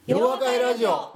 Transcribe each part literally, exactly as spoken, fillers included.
よわかいラジオ。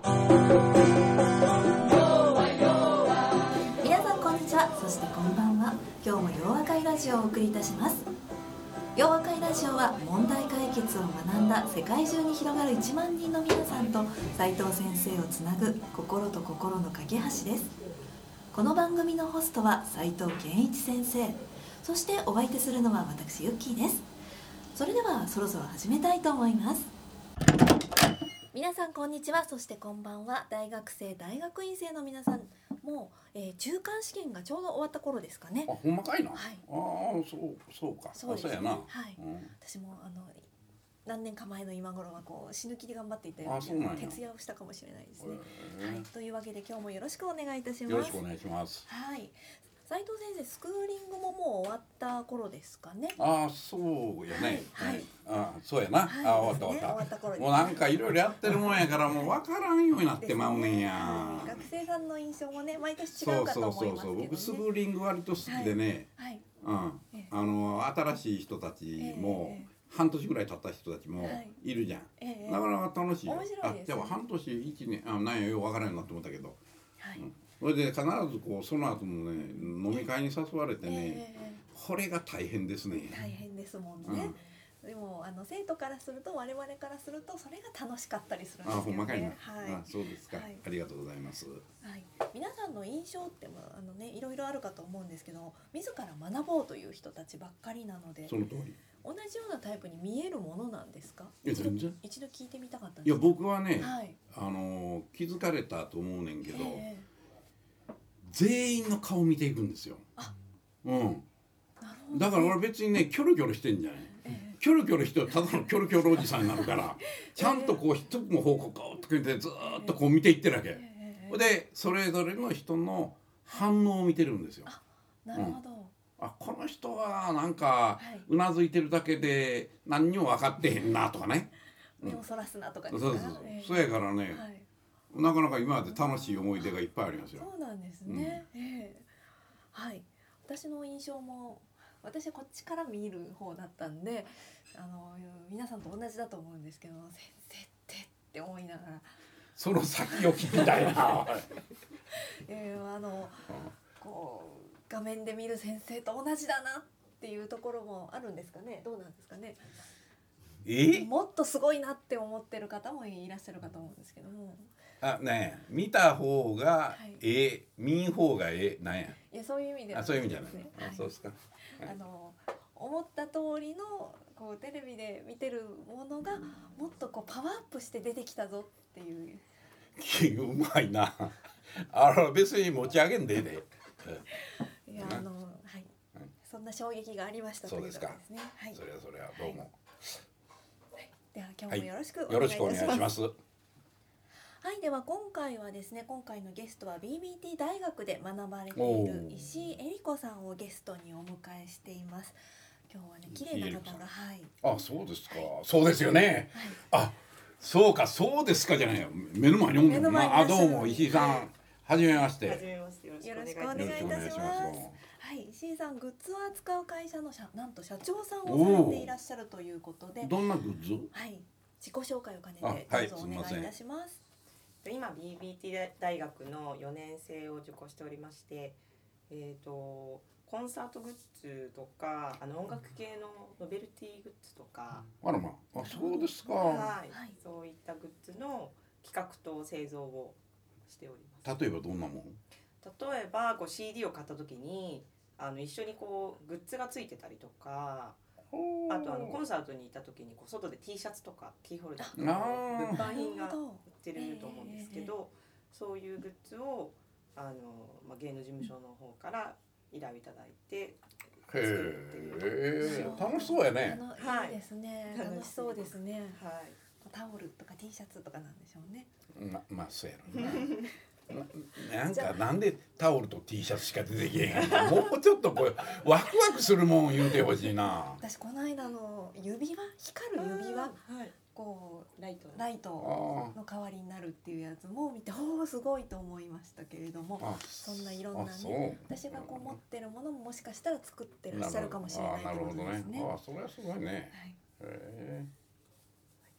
皆さんこんにちは、そしてこんばんは。今日もよわかいラジオをお送りいたします。よわかいラジオは問題解決を学んだ世界中に広がるいちまんにんの皆さんと斉藤先生をつなぐ心と心の架け橋です。この番組のホストは斉藤健一先生、そしてお相手するのは私ユッキーです。それではそろそろ始めたいと思います。皆さんこんにちは、そしてこんばんは。大学生大学院生の皆さんもう、えー、中間試験がちょうど終わった頃ですかね。 あ、ほんまかいな。 はい、 ああ、そうそうか。 そうですね。 そうやな。 はい、 うん、 私もあの何年か前の今頃はこう死ぬ気で頑張っていたよあ、そうなんや。 徹夜をしたかもしれないですね。 はい、 というわけで今日もよろしくお願いいたします。 よろしくお願いします。 はい。斉藤先生、スクーリングももう終わった頃ですかね。 ああ、そうやね。 はい。はい、 ああ、そうやな。 はい、 ああ、終わった終わった。 終わった頃ですね。 もうなんかいろいろやってるもんやからもうわからんようになってまうねんや。 はい、学生さんの印象もね、毎年違うかと思いますけどね。そうそうそうそう。 僕スクーリング割と好きでね。はい。はい、うん。えー、あの新しい人たちも。えー半年ぐらい経った人たちもいるじゃん、はい、ええ、なかなか楽しいよ。 面白いですね。 あ、じゃあ半年いちねん、あ、なんやようわからんようになって思ったけど、はい、うん、それで必ずこうその後もね飲み会に誘われてね、えー、これが大変ですね。 大変ですもんね、うん、でもあの生徒からすると我々からするとそれが楽しかったりするんですよね。 あ、ほんまかいな、 はい、 あ、そうですか、はい、ありがとうございます。 はい、皆さんの印象ってあの、ね、いろいろあるかと思うんですけど、自ら学ぼうという人たちばっかりなので、 その通り。 同じようなタイプに見えるものなんですか？ いや全然。 一度聞いてみたかったんです。 いや僕はね、 はい、 あの気づかれたと思うねんけど、 えー、全員の顔見ていくんですよ。あ、うん。なるほど。だから俺別にねキョロキョロしてんじゃない。えー、キョロキョロしてただのキョロキョロおじさんになるからちゃんとこう一つの方向をとかってずーっとこう見ていってるわけ。えー、でそれぞれの人の反応を見てるんですよ。 あ、なるほど。うん、 あ、この人はなんかうなずいてるだけで何にも分かってへんなとかね、 目をそらすなとかですか。そうそうそう、えー、そうやからね、はい、なかなか今まで楽しい思い出がいっぱいありますよ。 そうなんですね、うん、えー、はい。私の印象も私はこっちから見る方だったんで、あの皆さんと同じだと思うんですけど、先生ってって思いながらその先を聞きたいなえー、あのこう画面で見る先生と同じだなっていうところもあるんですかね。どうなんですかね。えもっとすごいなって思ってる方もいらっしゃるかと思うんですけども。 あ、ねえ、見た方がええ、はい、見ん方がええ、なんや。いや、そういう意味では、 ね、あ、そういう意味じゃない、 はい、 あ、そうですか、 はい、あの思った通りのこうテレビで見てるものがもっとこうパワーアップして出てきたぞっていう。 うまいなあら、別に持ち上げんでええでいや、あの、はい、はい、そんな衝撃がありましたということですね。 そうですか、はい、それはそれはどうも、 はい、では今日もよろしくお願いいたします。 はい、よろしくお願いします。 はい、では今回はですね、今回のゲストは ビービーティー 大学で学ばれている石井恵理子さんをゲストにお迎えしています。今日はね、綺麗な方が、はい。 あ、そうですか、はい、そうですよね、はい、あ、そうか、そうですかじゃないよ、目の前におんねんな。あ、どうも石井さん、はい、はじめまして。 はじめまして、 よろしくお願いいたします。はい、石井さん、グッズを扱う会社の社なんと社長さんをされていらっしゃるということで、 どんなグッズ？ はい、自己紹介を兼ねてどうぞお願いいたします。 今 ビービーティー 大学のよねん生を受講しておりまして、えーと、コンサートグッズとかあの音楽系のノベルティグッズとか、 あらまあ、あ、そうですか、 はい、そういったグッズの企画と製造をしております。 例えばどんなもの？ 例えばこう シーディー を買った時にあの一緒にこうグッズがついてたりとか、あとあのコンサートに行った時にこう外で T シャツとかキーホルダーとか物販品が売ってると思うんですけど、そういうグッズをあの、まあ、芸能事務所の方から依頼いただいて作るっていう。 へえ、楽しそうやね。 はい、いいですね。楽しそうですね。 はい。 タオルとか T シャツとかなんでしょうね。 ま、まあそうやろな。なんかなんでタオルと T シャツしか出てけへんの。もうちょっとこうワクワクするもん言うてほしいな。 私この間の指輪、光る指輪、はい、こうライトライトの代わりになるっていうやつも見て、おおすごいと思いましたけれども、そんないろんなね、私がこう持ってるものももしかしたら作ってらっしゃるかもしれないということですね。 あ、それはすごいね。はい、へえ。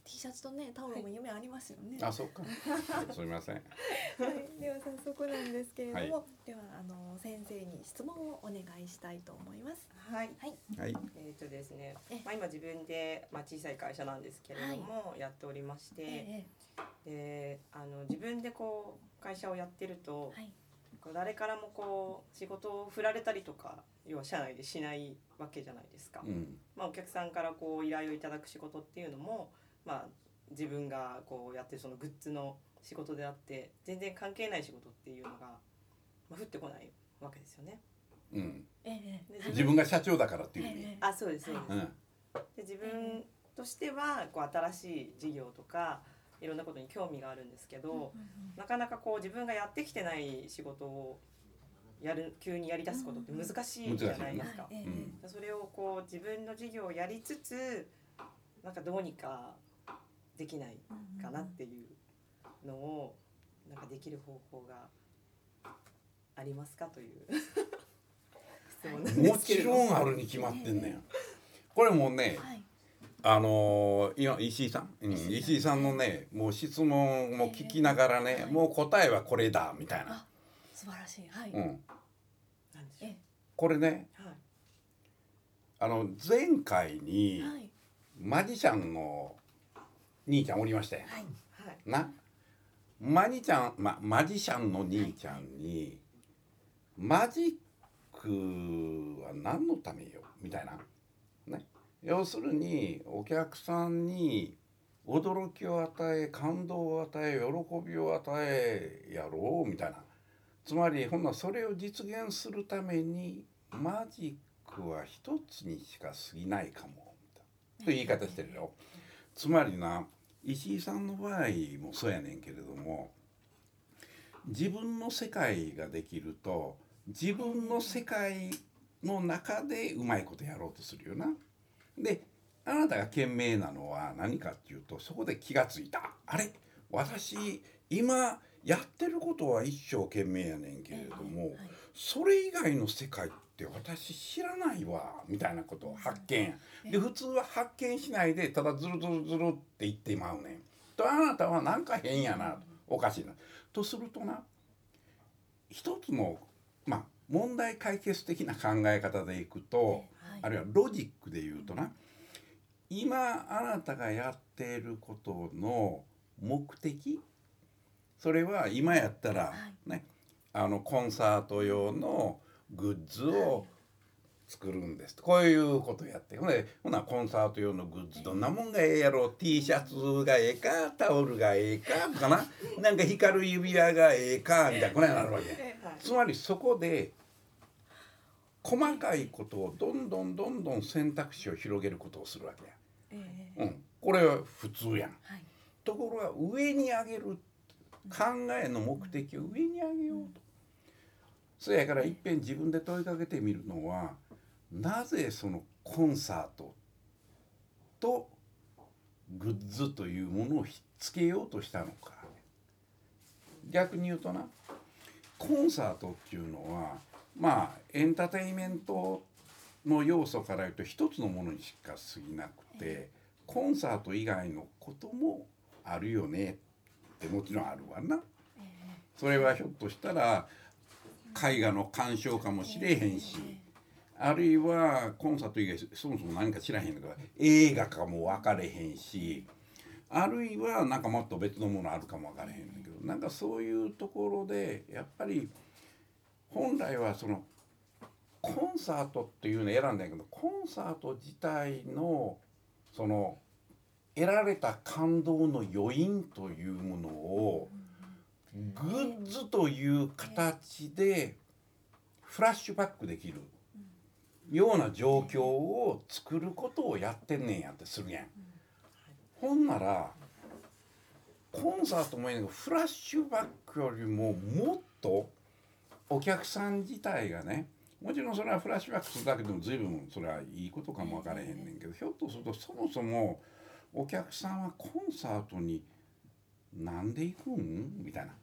T シャツとねタオルも夢ありますよね。 あ、そうか。すみません。はいい、では早速なんですけれども、 はい、 ではあの先生に質問をお願いしたいと思います。 はい。 はい。 はい。 えっ、とですねえ、 まあ今自分でまあ小さい会社なんですけれども、やっておりまして、 えで、あの自分でこう会社をやってると、 はい。 こう誰からもこう仕事を振られたりとか、要は社内でしないわけじゃないですか。 うん。 まあお客さんからこう依頼をいただく仕事っていうのも、まあ自分がこうやってるそのグッズの仕事であって、全然関係ない仕事っていうのが、まあ、降ってこないわけですよね。 うん。 ええで自分が社長だからっていう意味。 ええあ、そうですそうです。 うん。 で自分としてはこう新しい事業とかいろんなことに興味があるんですけど、 うんうんなかなかこう自分がやってきてない仕事をやる急にやり出すことって難しいじゃないですか。 はいええうん。 それをこう自分の事業をやりつつ、なんかどうにかできないかなっていうのを、なんかできる方法がありますかという質問なんでもちすけれどろんあるに決まってんねん。これもうね、 はい。 あのー今石井さん、うん、石井さんのね、もう質問も聞きながらね、 はいもう答えはこれだみたいな。 あ、素晴らしい。はい。 うん。 なんでしょう。 えこれね、 はいあの前回にはいマジシャンの兄ちゃんおりましたよ。 はいはいな、マジちゃん、ま、マジシャンの兄ちゃんに、マジックは何のためよみたいな、ね、要するにお客さんに驚きを与え、感動を与え、喜びを与えやろうみたいな。つまりほんなそれを実現するためにマジックは一つにしか過ぎないかもという言い方してるよ。つまりな、石井さんの場合もそうやねんけれども、自分の世界ができると自分の世界の中でうまいことやろうとするよな。で、あなたが賢明なのは何かっていうと、そこで気がついた。あれ、私今やってることは一生懸命やねんけれども、それ以外の世界って私知らないわみたいなことを発見。で、普通は発見しないでただズルズルズルって言ってまうねん。と、あなたはなんか変やな、おかしいなとするとな、一つのまあ問題解決的な考え方でいくと、あるいはロジックで言うとな、今あなたがやっていることの目的、それは今やったらね、あのコンサート用のグッズを作るんです、こういうことやって、ほんでほなコンサート用のグッズどんなもんがええやろ、 T シャツがええか、タオルがええかとかな、なんか光る指輪がええかみたいなこれになるわけ。つまりそこで細かいことをどんどんどんどん選択肢を広げることをするわけや。 えうん、これは普通やん。 はいところが上に上げる、考えの目的を上に上げようと。そやからいっぺん自分で問いかけてみるのは、なぜそのコンサートとグッズというものをひっつけようとしたのか。逆に言うとな、コンサートっていうのはまあエンターテインメントの要素から言うと一つのものにしか過ぎなくて、コンサート以外のこともあるよねってもちろんあるわな。それはひょっとしたら絵画の鑑賞かもしれへんし、あるいはコンサート以外そもそも何か知らへんけど映画かも分かれへんし、あるいはなんかもっと別のものあるかも分からへんねんけど、なんかそういうところでやっぱり本来はそのコンサートっていうのを選んだんやけど、コンサート自体のその得られた感動の余韻というものをグッズという形でフラッシュバックできるような状況を作ることをやってんねんやってするやん。ほんならコンサートもいいけど、フラッシュバックよりももっとお客さん自体がね、もちろんそれはフラッシュバックするだけでも随分それはいいことかも分からへんねんけど、ひょっとするとそもそもお客さんはコンサートになんで行くんみたいな、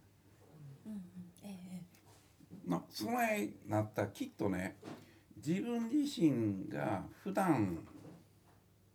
なそないなったらきっとね、自分自身が普段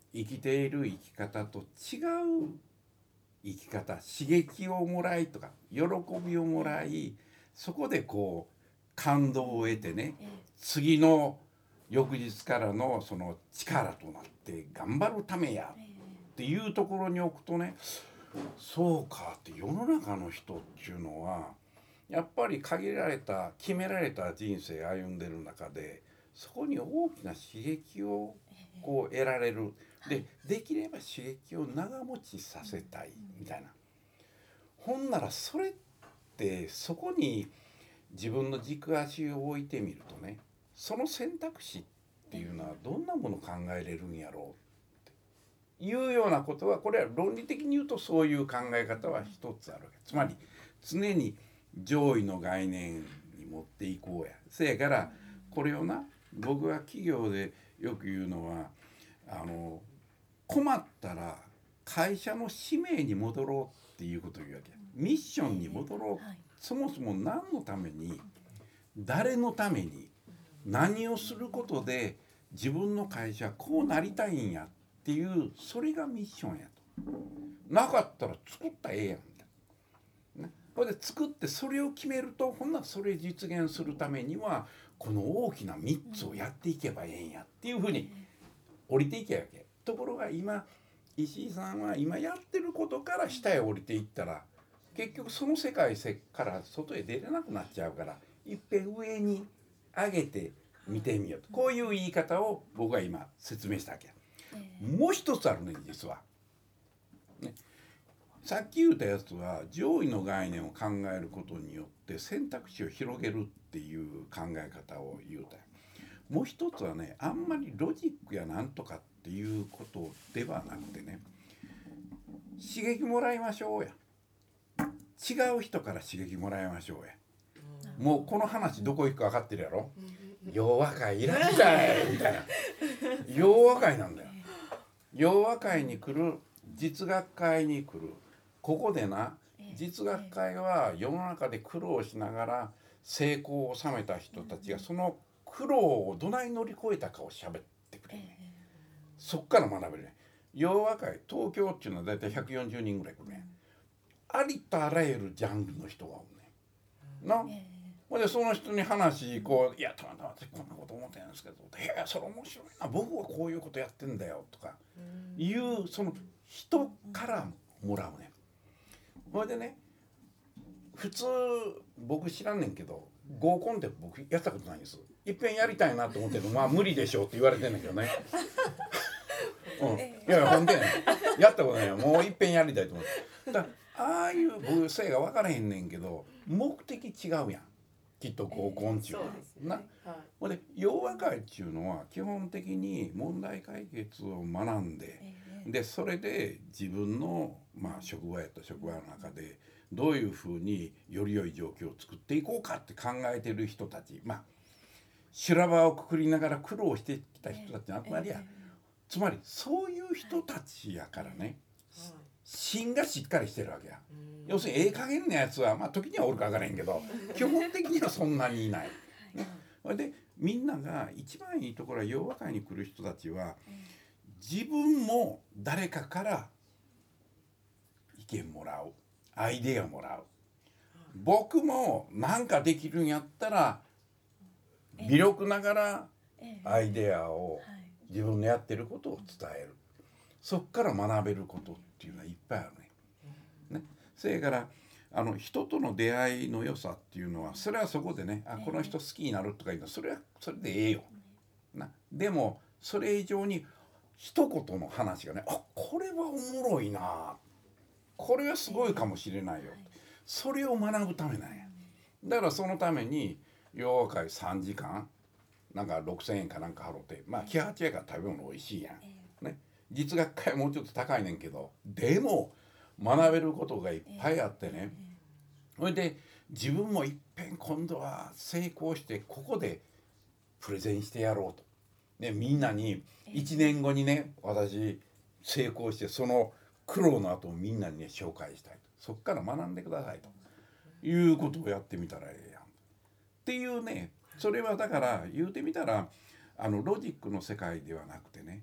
生きている生き方と違う生き方、刺激をもらいとか喜びをもらい、そこでこう感動を得てね、次の翌日からのその力となって頑張るためやっていうところに置くとね、そうかって、世の中の人っていうのはやっぱり限られた決められた人生歩んでる中で、そこに大きな刺激をこう得られる。で、できれば刺激を長持ちさせたいみたいな。ほんならそれってそこに自分の軸足を置いてみるとね、その選択肢っていうのはどんなものを考えれるんやろうっていうようなことは、これは論理的に言うとそういう考え方は一つあるわけ。つまり常に上位の概念に持っていこうや。せやからこれをな、僕が企業でよく言うのは、あの困ったら会社の使命に戻ろうっていうことを言うわけ。ミッションに戻ろう。そもそも何のために、誰のために、何をすることで自分の会社こうなりたいんやっていう、それがミッションやと。なかったら作ったらええやんみたいな。これで作ってそれを決めると、ほんならそれ実現するためにはこの大きなみっつをやっていけばええんやっていうふうに降りていけばいいわけ。ところが今石井さんは今やってることから下へ降りていったら、結局その世界から外へ出れなくなっちゃうから、いっぺん上に上げて見てみようと、こういう言い方を僕は今説明したわけ。もう一つあるね、実は、ね、さっき言ったやつは上位の概念を考えることによって選択肢を広げるっていう考え方を言うたよ。もう一つはね、あんまりロジックやなんとかっていうことではなくてね、刺激もらいましょうや。違う人から刺激もらいましょうや。もうこの話どこ行くか分かってるやろ。洋和会いらっしゃいみたいな。洋和会なんだよ。洋和会に来る、実学会に来る。ここでな、実学会は世の中で苦労しながら成功を収めた人たちがその苦労をどない乗り越えたかを喋ってくれるね。そっから学べるね。洋和会、東京っていうのはだいたいひゃくよんじゅうにんぐらい来るね。ありとあらゆるジャンルの人がおるね。な。ほんでその人に話こう、いやたまたま私こんなこと思ってるんですけど、いやそれ面白いな、僕はこういうことやってんだよとかいうその人からもらうね。ほいでね、普通僕知らんねんけど合コンって僕やったことないんです。いっぺんやりたいなと思ってるの、まあ無理でしょうって言われてんだけどね。うん、いやいやほんで、ね、やったことないよ。もういっぺんやりたいと思って。だああいう僕せいが分からへんねんけど、目的違うやん。きっと合コンっていうのは、えー、な、ほんで洋和会っていうのは基本的に問題解決を学んで、えー、でそれで自分の、まあ、職場やった職場の中でどういうふうにより良い状況を作っていこうかって考えてる人たち、まあ修羅場をくくりながら苦労してきた人たちの集まりや、えーえー、つまりそういう人たちやからね、はい、芯がしっかりしてるわけや。要するにええ加減なやつは、まあ時にはおるか分からへんけど基本的にはそんなにいない、ね、でみんなが一番いいところは洋和会に来る人たちは自分も誰かから意見もらう、アイデアもらう、僕もなんかできるんやったら微力ながらアイデアを自分のやってることを伝える、そっから学べることっていうのはいっぱいあるね。ね、それからあの人との出会いの良さっていうのは、それはそこでね、あこの人好きになるとかいうのはそれはそれでええよな。でもそれ以上に一言の話がね、あこれはおもろいな、これはすごいかもしれないよ、それを学ぶためなんや。だからそのために洋和会さんじかんなんかろくせんえんかなんか払って、まあキハチやから食べ物美味しいやん、ね、実学会もうちょっと高いねんけど、でも学べることがいっぱいあってね、それで自分もいっぺん今度は成功してここでプレゼンしてやろうと、ね、みんなにいちねんごにね私成功してその苦労の後をみんなにね紹介したいと、そっから学んでくださいということをやってみたらええやんっていうね。それはだから言うてみたらあのロジックの世界ではなくてね、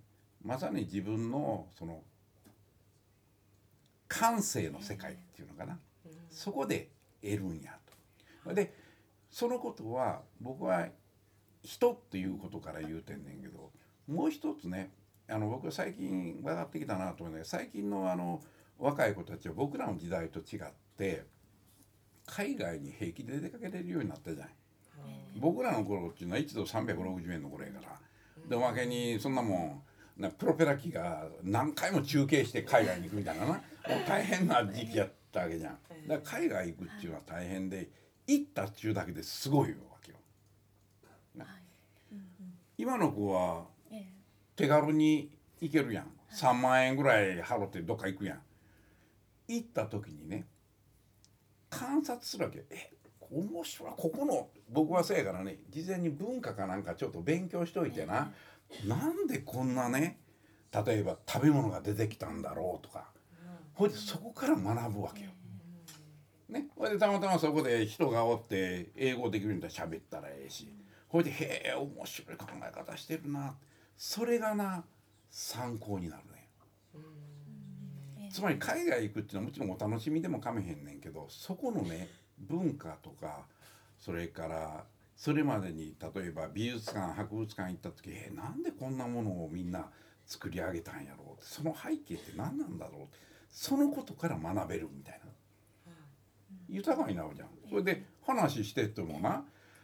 まさに自分のその感性の世界っていうのかな、そこで得るんやと。でそのことは僕は人っていうことから言うてんねんけど、もう一つね、あの僕は最近分かってきたなと思うね、最近のあの若い子たちは僕らの時代と違って海外に平気で出かけれるようになったじゃない。僕らの頃っていうのはいちドルさんびゃくろくじゅうえんの頃やから、でおまけにそんなもんなプロペラ機が何回も中継して海外に行くみたいなな、もう大変な時期やったわけじゃん。だから海外行くっていうのは大変で、行ったっちゅうだけですごいわけよ。今の子は手軽に行けるやん。さんまんえんぐらい払ってどっか行くやん。行った時にね、観察するわけ。え、面白い、ここの、僕はせやからね、事前に文化かなんかちょっと勉強しといてな、なんでこんなね、例えば食べ物が出てきたんだろうとか、ほいでそこから学ぶわけよ。ね、ほいでたまたまそこで人がおって英語できるんだったら喋ったらええし、ほいでへえ面白い考え方してるな、それがな参考になるね。つまり海外行くっていうのはもちろんお楽しみでもかめへんねんけど、そこのね文化とか、それからそれまでに例えば美術館博物館行った時、えなんでこんなものをみんな作り上げたんやろう、その背景って何なんだろう、そのことから学べるみたいな、豊かになるじゃん。それで話してってもな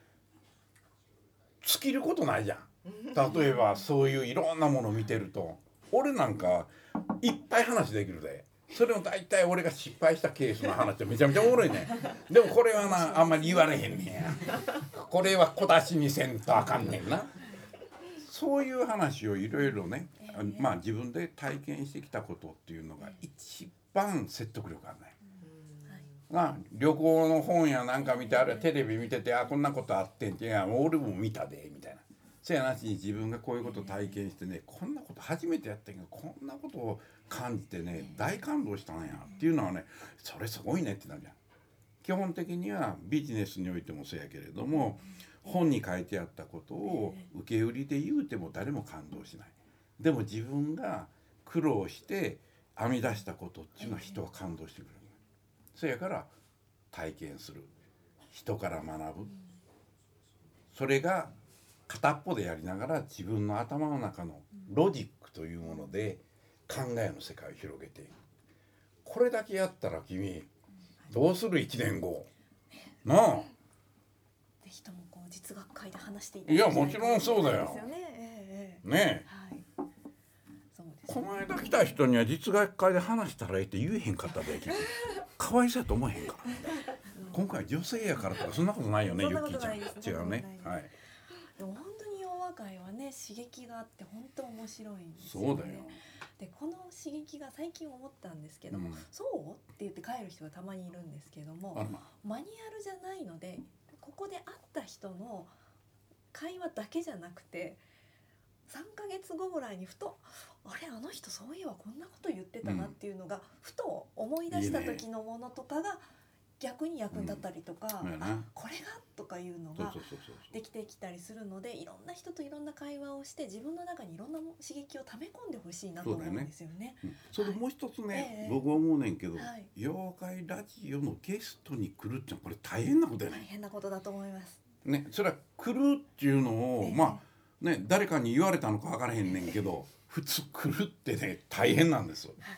尽きることないじゃん。例えばそういういろんなものを見てると、俺なんかいっぱい話できるで、それも大体俺が失敗したケースの話ってめちゃめちゃおもろいね。でもこれはなあんまり言われへんねや。これは小出しにせんとあかんねんな。そういう話をいろいろね、まあ自分で体験してきたことっていうのが一番説得力あるね。な旅行の本やなんか見て、あれテレビ見てて、あこんなことあってんって、いや俺も見たでみたいな。せやなしに自分がこういうことを体験してね、こんなこと初めてやったけどこんなことを感じてね大感動したんやっていうのはね、それすごいねってなるじゃん。基本的にはビジネスにおいてもそうやけれども、本に書いてあったことを受け売りで言うても誰も感動しない。でも自分が苦労して編み出したことっていうのは人は感動してくれる。そやから体験する、人から学ぶ、それが片っぽでやりながら自分の頭の中のロジックというもので考えの世界を広げていく。これだけやったら君どうするいちねんごなあ。 ぜひともこう実学会で話していただきたい。 いやもちろんそうだよ。 ですよね。ええねえ。 はい。そうですね。 この間来た人には実学会で話したらええって言えへんかったで、かわいそうやと思えへんか。今回女性やからとかそんなことないよね、ユッキーちゃん。違うね。はい。 でも本当に洋和会はね刺激があって本当面白いんですよね。 そうだよ。 でこの刺激が最近思ったんですけども、うん、そうって言って帰る人がたまにいるんですけども、ま、マニュアルじゃないので、ここで会った人の会話だけじゃなくてさんかげつごぐらいにふとあれあの人そういえばこんなこと言ってたなっていうのが、うん、ふと思い出した時のものとかが逆に役に立ったりとか、うん、あこれがとかいうのができてきたりするので、いろんな人といろんな会話をして自分の中にいろんな刺激を溜め込んでほしいなと思うんですよね。 それでもう一つね、はい、僕は思うねんけど、はい、妖怪ラジオのゲストに来るってこれ大変なことやね。 大変なことだと思います。 ね、それは来るっていうのを、えー、まあね誰かに言われたのか分からへんねんけど、普通来るってね大変なんですよ。はい、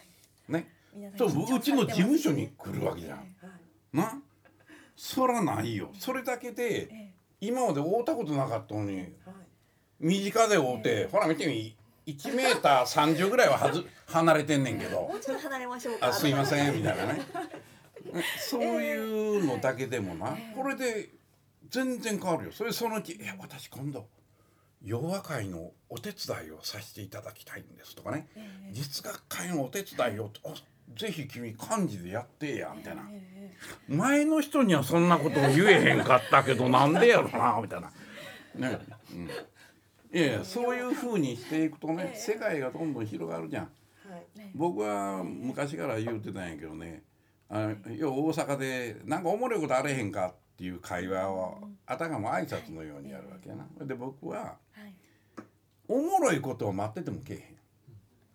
ね。とうちの事務所に来るわけじゃん。えー、な。そらないよ。それだけで、えー、今まで会うたことなかったのに、はい、身近で会うて、えー、ほら見てみいちメーターさんじゅうぐらいははず離れてんねんけど、 もうちょっと離れましょうか。 あすいませんみたいなね。そういうのだけでもな、えー、これで全然変わるよ。それそのうち、いや私今度洋和会のお手伝いをさせていただきたいんですとかね、えー、実学会のお手伝いを、えー、ぜひ君幹事でやってやみたいな、えー、前の人にはそんなことを言えへんかったけどなんでやろなみたいなね、うん、いやいやそういう風にしていくとね、えー、世界がどんどん広がるじゃん、はい、僕は昔から言うてたんやけどね、あ要は大阪でなんかおもろいことあれへんかっていう会話をあたかも挨拶のようにやるわけやな。で僕はおもろいことを待っててもけえへん。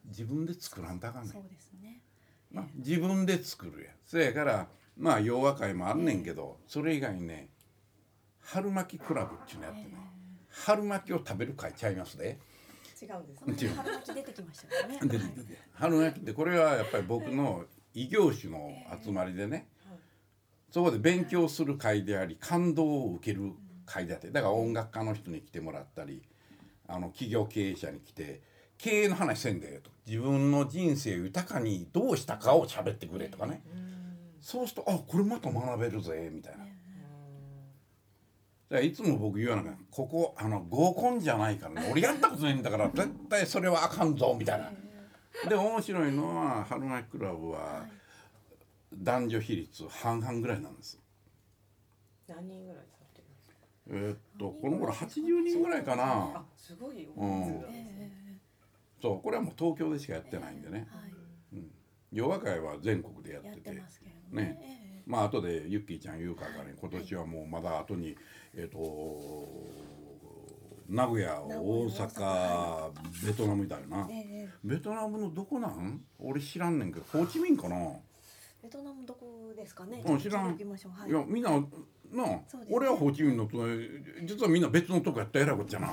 自分で作らんとあかんねん。 そうですね、 まあ、自分で作るやそやからまあ洋和会もあんねんけど、それ以外にね春巻きクラブっていうのやってね、春巻きを食べる会ちゃいますで。 違うんですね。 春巻き出てきましたよね。 出てきて春巻きってこれはやっぱり僕の異業種の集まりでね、そこで勉強する会であり感動を受ける会であって、だから音楽家の人に来てもらったり、あの企業経営者に来て経営の話せんでと、自分の人生を豊かにどうしたかを喋ってくれとかね、そうするとあこれまた学べるぜみたいな。だからいつも僕言うのがここあの合コンじゃないからね、俺やったことないんだから絶対それはあかんぞみたいな。で面白いのは春巻きクラブは男女比率半々ぐらいなんです。 何人ぐらいされてるんですか。 えー、っとこの頃はちじゅうにんぐらいかな。 あすごいよ、 うん、そうこれはもう東京でしかやってないんでね、うん、洋和会は全国でやっててね。まあ後でユッキーちゃん言うからね、今年はもうまだ後にえっと名古屋、大阪、ベトナムだよな。ベトナムのどこなん？俺知らんねんけど、ホーチミンかな。 ベトナムどこですかね。 うん、知らん。いやみんなな、俺はホーチミンのと実はみんな別のとこやったらえらいこっちゃな。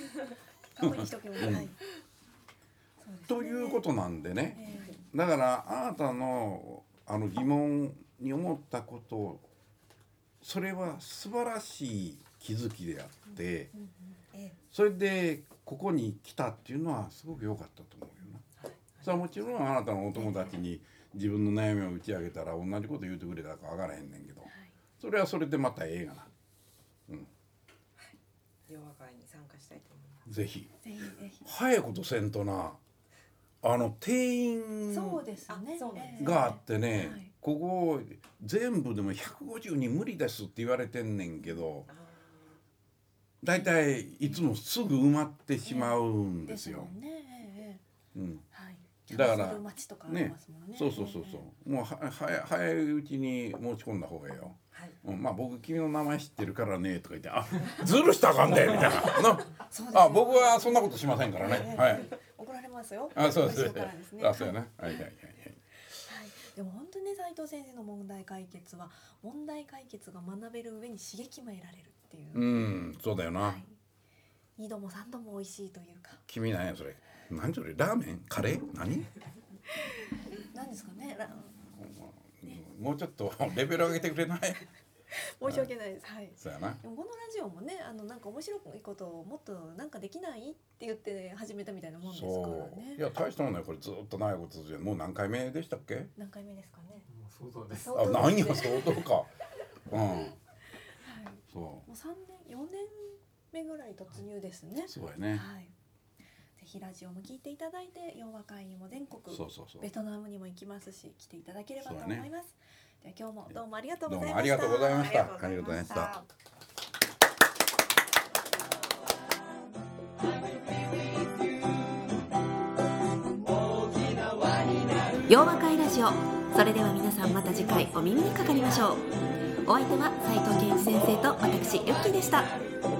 ということなんでね。だからあなたのあの疑問に思ったこと、それは素晴らしい気づきであって、それでここに来たっていうのはすごく良かったと思うよな。それはもちろんあなたのお友達に自分の悩みを打ち上げたら同じこと言うてくれたか分からへんねんけど、それはそれでまたええがな。うん。 洋和会に参加したいと思います。 ぜひ。早いことせんとな。あの定員があってね、ここ全部でもひゃくごじゅうにん無理ですって言われてんねんけど、だいたいいつもすぐ埋まってしまうんですよ。うん、だからね、そうそうそうそう、もうはは早いうちに申し込んだ方がいいよ。はい、うん、まあ僕君の名前知ってるからねとか言って、あずるしたらあかんでみたいなあ僕はそんなことしませんからね。はい。 怒られますよ。 あそうです。あそうやね。はいはいはいはい。 でも本当にね、斉藤先生の問題解決は問題解決が学べる上に刺激も得られるっていう。 うん、そうだよな。はい、 二度も三度も美味しいというか。 君なんやそれ。何それ、ラーメン、カレー、何？ 何ですかね。ラもうちょっとレベル上げてくれない？ 申し訳ないです。はい。 そうやな。 でもこのラジオもね、あのなんか面白いことをもっとなんかできないって言って始めたみたいなもんですからね。 いや大したもんね、これずっと長いこと続いて、もう何回目でしたっけ？ 何回目ですかね。 もう相当です。 あ、何や相当か。うん。はい。そう。もう三年、四年目ぐらい突入ですね。 そうやね。 はい。ぜひラジオも聞いていただいて、洋和会にも全国、 そうそうそう、 ベトナムにも行きますし、来ていただければと思います。では今日もどうもありがとうございました。 どうもありがとうございました。ありがとうございました。 洋和会ラジオ、それでは皆さんまた次回お耳にかかりましょう。お相手は斉藤健一先生と私ユッキーでした。